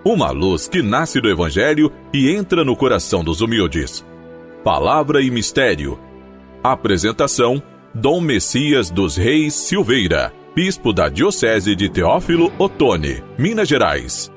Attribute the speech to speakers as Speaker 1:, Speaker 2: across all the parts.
Speaker 1: Uma luz que nasce do Evangelho e entra no coração dos humildes. Palavra e Mistério. Apresentação: Dom Messias dos Reis Silveira, Bispo da Diocese de Teófilo Otoni, Minas Gerais.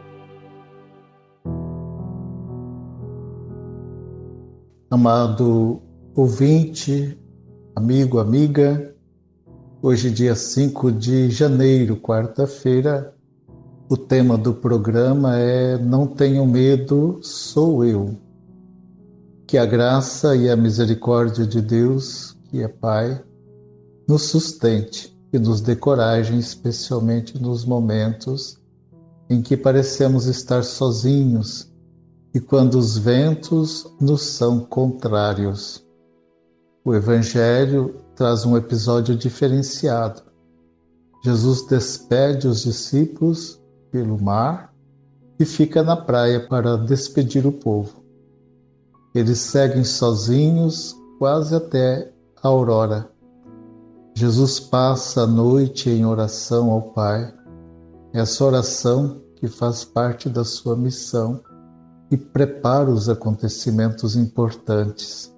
Speaker 2: Amado ouvinte, amigo, amiga, hoje dia 5 de janeiro, quarta-feira, o tema do programa é Não Tenham Medo, Sou Eu. Que a graça e a misericórdia de Deus, que é Pai, nos sustente e nos dê coragem, especialmente nos momentos em que parecemos estar sozinhos e quando os ventos nos são contrários. O Evangelho traz um episódio diferenciado. Jesus despede os discípulos pelo mar e fica na praia para despedir o povo. Eles seguem sozinhos quase até a aurora. Jesus passa a noite em oração ao Pai. Essa oração que faz parte da sua missão e prepara os acontecimentos importantes.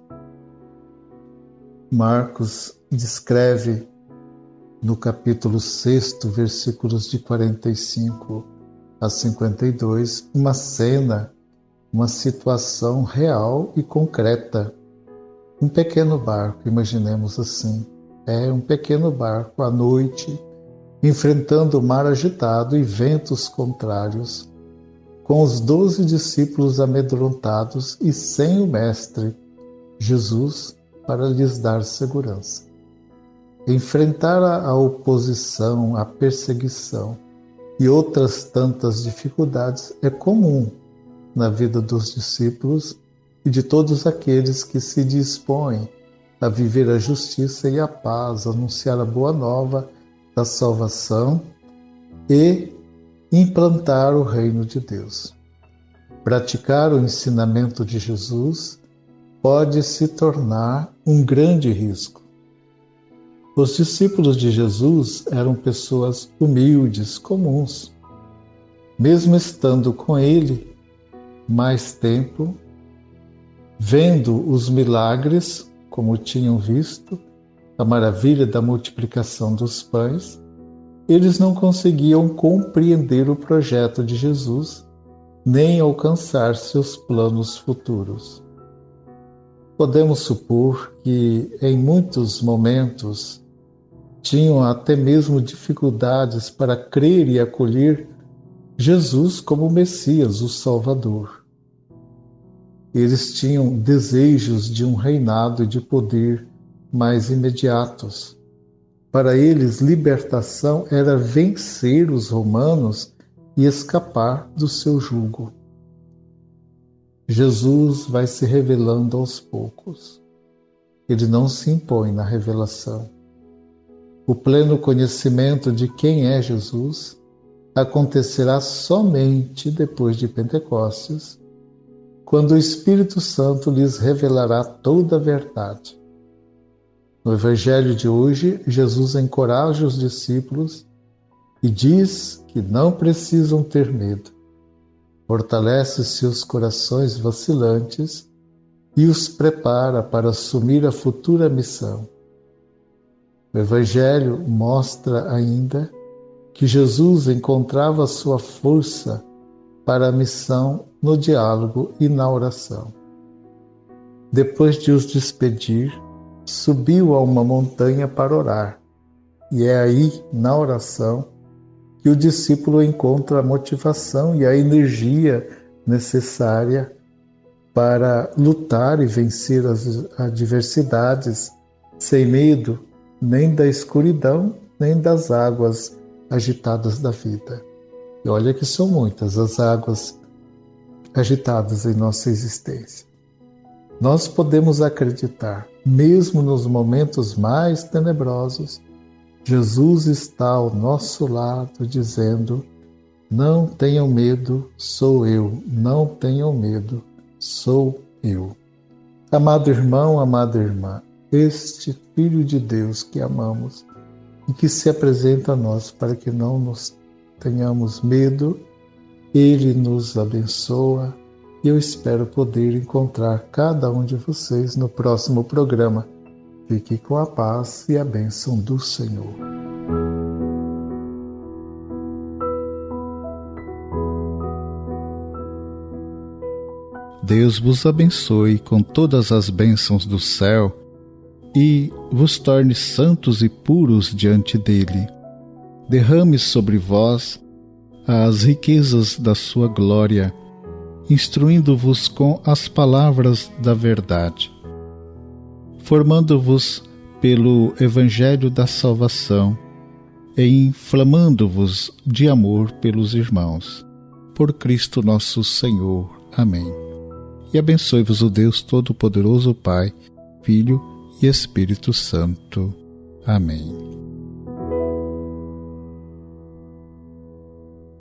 Speaker 2: Marcos descreve no capítulo 6, versículos de 45 a 52, uma cena, uma situação real e concreta. Um pequeno barco, imaginemos assim, um pequeno barco à noite, enfrentando o mar agitado e ventos contrários, com os 12 discípulos amedrontados e sem o Mestre, Jesus, para lhes dar segurança. Enfrentar a oposição, a perseguição e outras tantas dificuldades é comum na vida dos discípulos e de todos aqueles que se dispõem a viver a justiça e a paz, anunciar a boa nova da salvação e implantar o reino de Deus. Praticar o ensinamento de Jesus pode se tornar um grande risco. Os discípulos de Jesus eram pessoas humildes, comuns. Mesmo estando com ele mais tempo, vendo os milagres, como tinham visto, a maravilha da multiplicação dos pães, eles não conseguiam compreender o projeto de Jesus, nem alcançar seus planos futuros. Podemos supor que, em muitos momentos, tinham até mesmo dificuldades para crer e acolher Jesus como Messias, o Salvador. Eles tinham desejos de um reinado e de poder mais imediatos. Para eles, libertação era vencer os romanos e escapar do seu jugo. Jesus vai se revelando aos poucos. Ele não se impõe na revelação. O pleno conhecimento de quem é Jesus acontecerá somente depois de Pentecostes, quando o Espírito Santo lhes revelará toda a verdade. No Evangelho de hoje, Jesus encoraja os discípulos e diz que não precisam ter medo. Fortalece seus corações vacilantes e os prepara para assumir a futura missão. O Evangelho mostra ainda que Jesus encontrava sua força para a missão no diálogo e na oração. Depois de os despedir, subiu a uma montanha para orar, e é aí, na oração, que o discípulo encontra a motivação e a energia necessária para lutar e vencer as adversidades sem medo nem da escuridão, nem das águas agitadas da vida. E olha que são muitas as águas agitadas em nossa existência. Nós podemos acreditar, mesmo nos momentos mais tenebrosos, Jesus está ao nosso lado dizendo: não tenham medo, sou eu. Não tenham medo, sou eu. Amado irmão, amada irmã, este Filho de Deus que amamos e que se apresenta a nós para que não nos tenhamos medo, Ele nos abençoa e eu espero poder encontrar cada um de vocês no próximo programa. Fique com a paz e a bênção do Senhor. Deus vos abençoe com todas as bênçãos do céu e vos torne santos e puros diante dele. Derrame sobre vós as riquezas da sua glória, instruindo-vos com as palavras da verdade, formando-vos pelo Evangelho da salvação e inflamando-vos de amor pelos irmãos. Por Cristo nosso Senhor. Amém. E abençoe-vos o Deus Todo-Poderoso, Pai, Filho e Espírito Santo. Amém.